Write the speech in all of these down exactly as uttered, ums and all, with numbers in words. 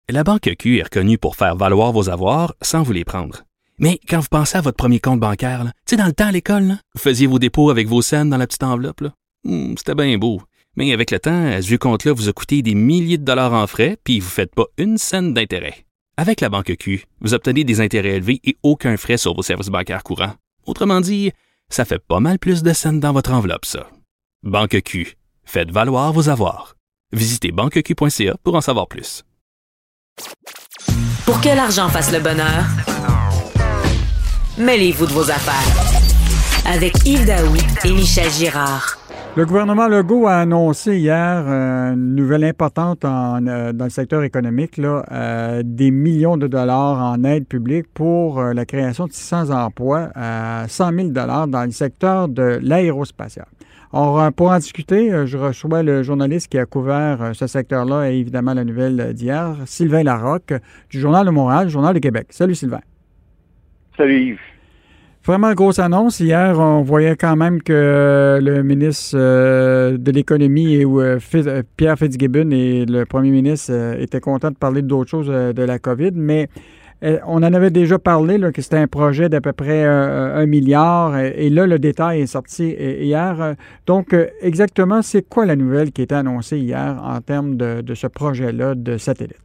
La Banque Q est reconnue pour faire valoir vos avoirs sans vous les prendre. Mais quand vous pensez à votre premier compte bancaire, tu sais, dans le temps à l'école, là, vous faisiez vos dépôts avec vos scènes dans la petite enveloppe. Là. Hum, c'était bien beau. Mais avec le temps, ce vieux compte-là vous a coûté des milliers de dollars en frais, puis vous ne faites pas une scène d'intérêt. Avec la Banque Q, vous obtenez des intérêts élevés et aucun frais sur vos services bancaires courants. Autrement dit, ça fait pas mal plus de scènes dans votre enveloppe, ça. Banque Q. Faites valoir vos avoirs. Visitez banque q point c a pour en savoir plus. Pour que l'argent fasse le bonheur, mêlez-vous de vos affaires. Avec Yves Daoui et Michel Girard. Le gouvernement Legault a annoncé hier euh, une nouvelle importante en, euh, dans le secteur économique, là, euh, des millions de dollars en aide publique pour euh, la création de six cents emplois à cent mille dollars dans le secteur de l'aérospatial. Alors, pour en discuter, je reçois le journaliste qui a couvert ce secteur-là et évidemment la nouvelle d'hier, Sylvain Larocque, du Journal de Montréal, Journal de Québec. Salut Sylvain. Salut Yves. Vraiment grosse annonce. Hier, on voyait quand même que le ministre de l'Économie, et Pierre Fitzgibbon, et le premier ministre étaient contents de parler d'autres choses de la COVID, mais on en avait déjà parlé, là, que c'était un projet d'à peu près euh, un milliard, et là, le détail est sorti hier. Donc, exactement, c'est quoi la nouvelle qui a été annoncée hier en termes de, de ce projet-là de satellite?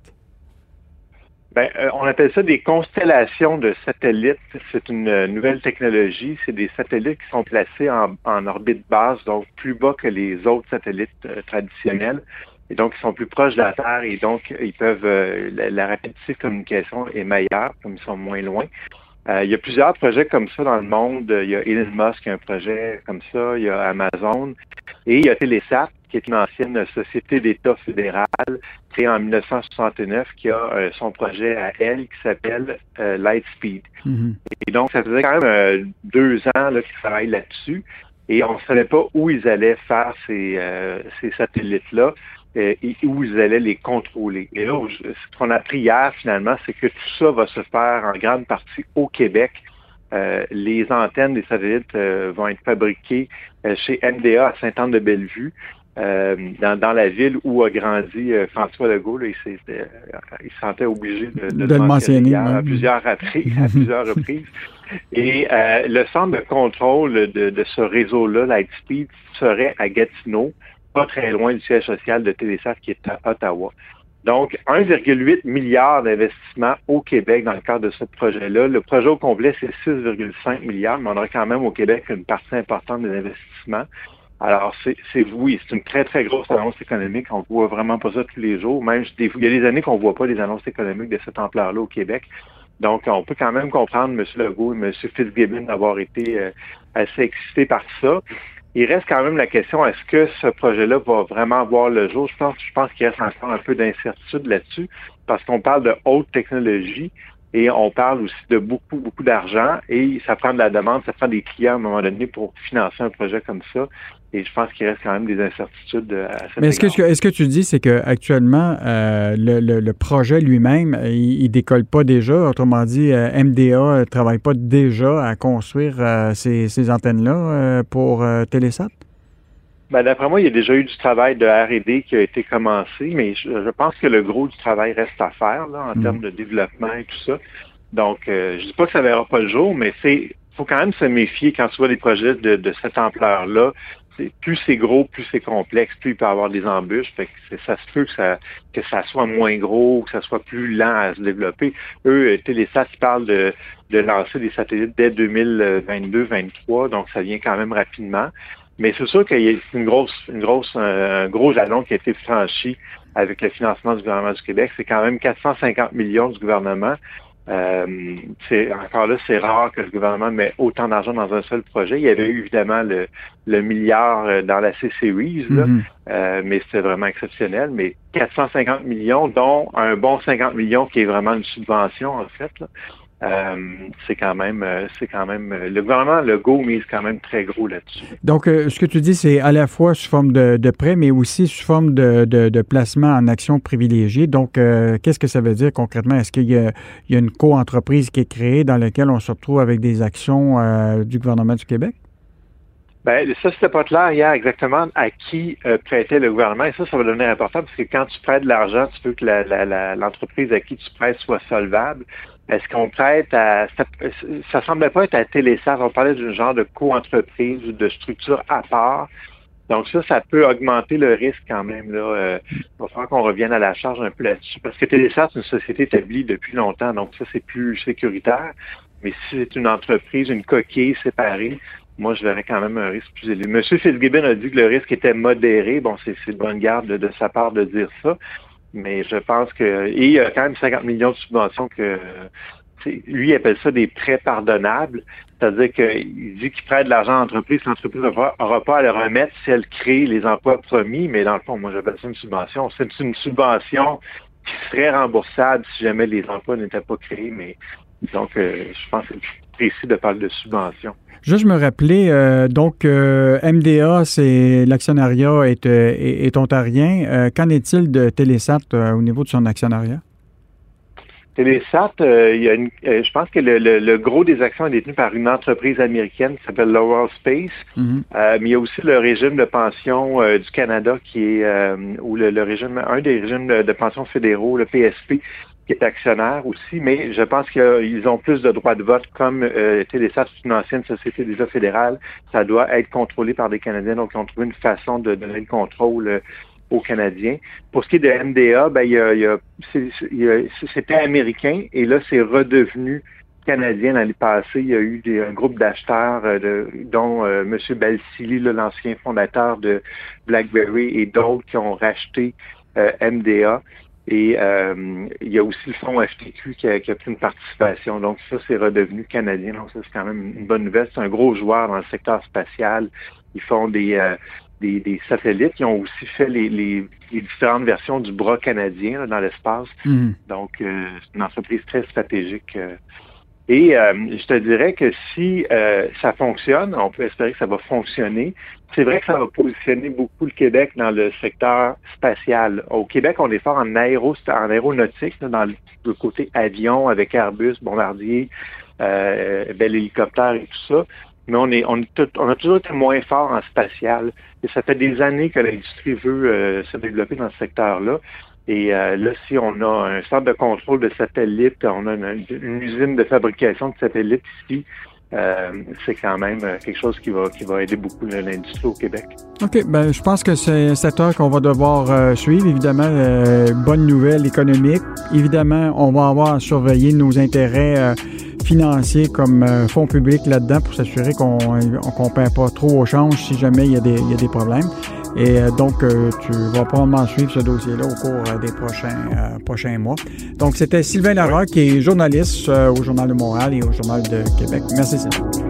Bien, euh, on appelle ça des constellations de satellites. C'est une nouvelle technologie. C'est des satellites qui sont placés en, en orbite basse, donc plus bas que les autres satellites euh, traditionnels. Et donc, ils sont plus proches de la Terre et donc, ils peuvent, euh, la, la rapidité de communication est meilleure, comme ils sont moins loin. Euh, il y a plusieurs projets comme ça dans le monde. Il y a Elon Musk qui a un projet comme ça. Il y a Amazon. Et il y a Telesat, qui est une ancienne société d'État fédérale, créée en dix-neuf cent soixante-neuf, qui a euh, son projet à elle qui s'appelle euh, Lightspeed. Mm-hmm. Et donc, ça faisait quand même euh, deux ans là, qu'ils travaillent là-dessus. Et on ne savait pas où ils allaient faire ces, euh, ces satellites-là. Et où ils allaient les contrôler. Et là, ce qu'on a appris hier, finalement, c'est que tout ça va se faire en grande partie au Québec. Euh, les antennes des satellites euh, vont être fabriquées euh, chez M D A à Sainte-Anne-de-Bellevue, euh, dans, dans la ville où a grandi euh, François Legault. Là, il, s'est, euh, il se sentait obligé de, de, de le mentionner hier, à plusieurs reprises. à plusieurs reprises. Et euh, le centre de contrôle de, de ce réseau-là, Lightspeed, serait à Gatineau, pas très loin du siège social de Telesat qui est à Ottawa. Donc, un virgule huit milliard d'investissements au Québec dans le cadre de ce projet-là. Le projet au complet, c'est six virgule cinq milliards, mais on aura quand même au Québec une partie importante des investissements. Alors, c'est, c'est oui, c'est une très, très grosse annonce économique. On voit vraiment pas ça tous les jours. Même, il y a des années qu'on voit pas des annonces économiques de cette ampleur-là au Québec. Donc, on peut quand même comprendre M. Legault et M. Fitzgibbon d'avoir été euh, assez excités par ça. Il reste quand même la question, est-ce que ce projet-là va vraiment voir le jour? Je pense, je pense qu'il reste encore un peu d'incertitude là-dessus, parce qu'on parle de haute technologie et on parle aussi de beaucoup, beaucoup d'argent et ça prend de la demande, ça prend des clients à un moment donné pour financer un projet comme ça. Et je pense qu'il reste quand même des incertitudes à cette Mais est-ce que, est-ce que tu dis, c'est qu'actuellement, euh, le, le, le projet lui-même, il ne décolle pas déjà? Autrement dit, euh, M D A ne travaille pas déjà à construire euh, ces, ces antennes-là euh, pour euh, Telesat? Ben, d'après moi, il y a déjà eu du travail de R et D qui a été commencé, mais je, je pense que le gros du travail reste à faire là, en mmh. termes de développement et tout ça. Donc, euh, je dis pas que ça verra pas le jour, mais c'est faut quand même se méfier quand tu vois des projets de, de cette ampleur-là. C'est, plus c'est gros, plus c'est complexe, plus il peut y avoir des embûches. Fait que c'est, ça se peut que ça, que ça soit moins gros, que ça soit plus lent à se développer. Eux, Telesat, ils parlent de, de lancer des satellites dès deux mille vingt-deux vingt-trois, donc ça vient quand même rapidement. Mais c'est sûr qu'il y a une grosse, une grosse, un gros jalon qui a été franchi avec le financement du gouvernement du Québec. C'est quand même quatre cent cinquante millions du gouvernement. Euh, c'est encore là, c'est rare que le gouvernement met autant d'argent dans un seul projet. Il y avait eu évidemment le, le milliard dans la C-Series, là, mm-hmm. euh, mais c'était vraiment exceptionnel. Mais quatre cent cinquante millions, dont un bon cinquante millions qui est vraiment une subvention en fait, là. Euh, c'est quand même, c'est quand même, le gouvernement Legault mise quand même très gros là-dessus. Donc, euh, ce que tu dis, c'est à la fois sous forme de, de prêt, mais aussi sous forme de, de, de placement en actions privilégiées. Donc, euh, qu'est-ce que ça veut dire concrètement? Est-ce qu'il y a, il y a une co-entreprise qui est créée dans laquelle on se retrouve avec des actions euh, du gouvernement du Québec? Ben, ça, c'était pas clair hier exactement à qui euh, prêtait le gouvernement. Et ça, ça va devenir important parce que quand tu prêtes de l'argent, tu veux que la, la, la, l'entreprise à qui tu prêtes soit solvable. Est-ce qu'on prête à... Ça, ça semblait pas être à Télésat. On parlait d'un genre de co-entreprise ou de structure à part. Donc ça, ça peut augmenter le risque quand même. Là. Euh, il va falloir qu'on revienne à la charge un peu là-dessus. Parce que Télésat, c'est une société établie depuis longtemps. Donc ça, c'est plus sécuritaire. Mais si c'est une entreprise, une coquille séparée, moi, je verrais quand même un risque plus élevé. Monsieur Fitzgibbon a dit que le risque était modéré. Bon, c'est, c'est de bonne garde de, de sa part de dire ça. Mais je pense que... Et il y a quand même cinquante millions de subventions que... Lui, il appelle ça des prêts pardonnables. C'est-à-dire qu'il dit qu'il prête de l'argent à l'entreprise. L'entreprise n'aura pas à le remettre si elle crée les emplois promis. Mais dans le fond, moi, j'appelle ça une subvention. C'est une subvention qui serait remboursable si jamais les emplois n'étaient pas créés. Mais donc, euh, je pense que c'est plus précis de parler de subvention. Juste me rappeler, euh, donc euh, M D A, c'est l'actionnariat est, est, est ontarien. Euh, qu'en est-il de Télésat euh, au niveau de son actionnariat? Télésat, euh, il y a une, euh, je pense que le, le, le gros des actions est détenu par une entreprise américaine qui s'appelle Laurel Space. Mm-hmm. Euh, mais il y a aussi le régime de pension euh, du Canada qui est, euh, ou le, le régime, un des régimes de, de pension fédéraux, le P S P, qui est actionnaire aussi, mais je pense qu'ils ont plus de droits de vote comme euh, Télésat, c'est une ancienne société déjà fédérale, ça doit être contrôlé par des Canadiens, donc ils ont trouvé une façon de donner le contrôle euh, aux Canadiens. Pour ce qui est de M D A, ben il y a, il y a, c'est, il y a c'était américain et là c'est redevenu canadien l'année passée. Il y a eu des, un groupe d'acheteurs euh, de, dont euh, M. Balsillie, là, l'ancien fondateur de BlackBerry et d'autres qui ont racheté euh, M D A. Et euh, il y a aussi le fonds F T Q qui a, qui a pris une participation. Donc ça, c'est redevenu canadien. Donc ça, c'est quand même une bonne nouvelle. C'est un gros joueur dans le secteur spatial. Ils font des, euh, des, des satellites. Ils ont aussi fait les, les, les différentes versions du bras canadien là, dans l'espace. Mmh. Donc euh, c'est une entreprise très stratégique. Euh. Et euh, je te dirais que si euh, ça fonctionne, on peut espérer que ça va fonctionner. C'est vrai que ça va positionner beaucoup le Québec dans le secteur spatial. Au Québec, on est fort en, aéro, en aéronautique, là, dans le côté avion avec Airbus, Bombardier, euh, Bell Hélicoptère et tout ça. Mais on est, on, est tout, on a toujours été moins fort en spatial. Et ça fait des années que l'industrie veut euh, se développer dans ce secteur-là. Et euh, là, si on a un centre de contrôle de satellites, on a une, une usine de fabrication de satellites ici, euh, c'est quand même quelque chose qui va qui va aider beaucoup l'industrie au Québec. OK. Ben, je pense que c'est un secteur qu'on va devoir euh, suivre. Évidemment, euh, bonne nouvelle économique. Évidemment, on va avoir à surveiller nos intérêts euh, financiers comme euh, fonds publics là-dedans pour s'assurer qu'on qu'on perd pas trop au change si jamais il y a des, il y a des problèmes. Et euh, donc, euh, tu vas probablement suivre ce dossier-là au cours euh, des prochains, euh, prochains mois. Donc, c'était Sylvain Larocque, qui est journaliste euh, au Journal de Montréal et au Journal de Québec. Merci, Sylvain.